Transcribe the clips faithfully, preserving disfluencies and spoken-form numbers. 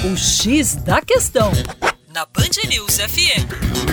O X da Questão, na Band News F M.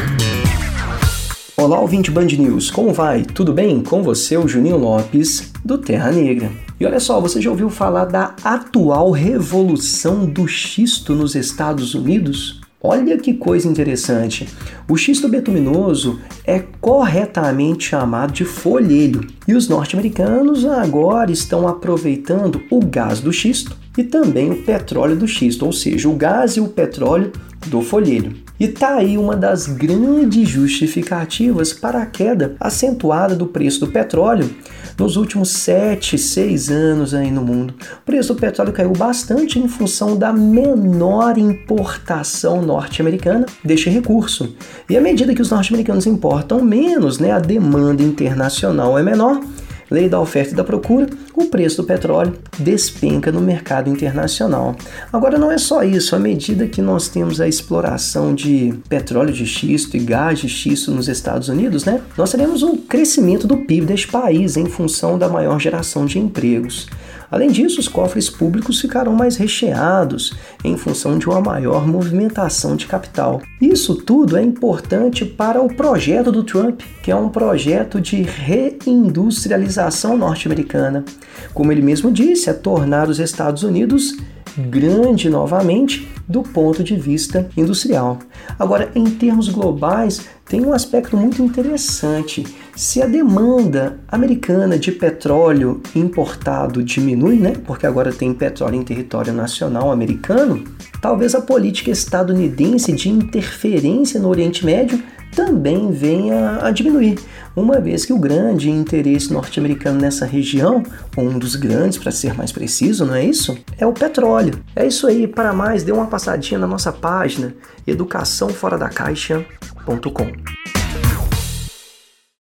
Olá, ouvinte Band News, como vai? Tudo bem? Com você, o Juninho Lopes, do Terra Negra. E olha só, você já ouviu falar da atual revolução do xisto nos Estados Unidos? Olha que coisa interessante. O xisto betuminoso é corretamente chamado de folhelho e os norte-americanos agora estão aproveitando o gás do xisto e também o petróleo do xisto, ou seja, o gás e o petróleo do folhelho. E tá aí uma das grandes justificativas para a queda acentuada do preço do petróleo nos últimos sete, seis anos aí no mundo. O preço do petróleo caiu bastante em função da menor importação norte-americana deste recurso. E à medida que os norte-americanos importam menos, né, a demanda internacional é menor, lei da oferta e da procura, o preço do petróleo despenca no mercado internacional. Agora não é só isso, à medida que nós temos a exploração de petróleo de xisto e gás de xisto nos Estados Unidos, né, nós teremos um crescimento do P I B deste país em função da maior geração de empregos. Além disso, os cofres públicos ficarão mais recheados em função de uma maior movimentação de capital. Isso tudo é importante para o projeto do Trump, que é um projeto de reindustrialização norte-americana. Como ele mesmo disse, é tornar os Estados Unidos grande novamente do ponto de vista industrial. Agora, em termos globais, tem um aspecto muito interessante. Se a demanda americana de petróleo importado diminui, né, porque agora tem petróleo em território nacional americano, talvez a política estadunidense de interferência no Oriente Médio também venha a diminuir, uma vez que o grande interesse norte-americano nessa região, ou um dos grandes para ser mais preciso, não é isso? É o petróleo. É isso aí, para mais, dê uma passadinha na nossa página educação fora da caixa ponto com.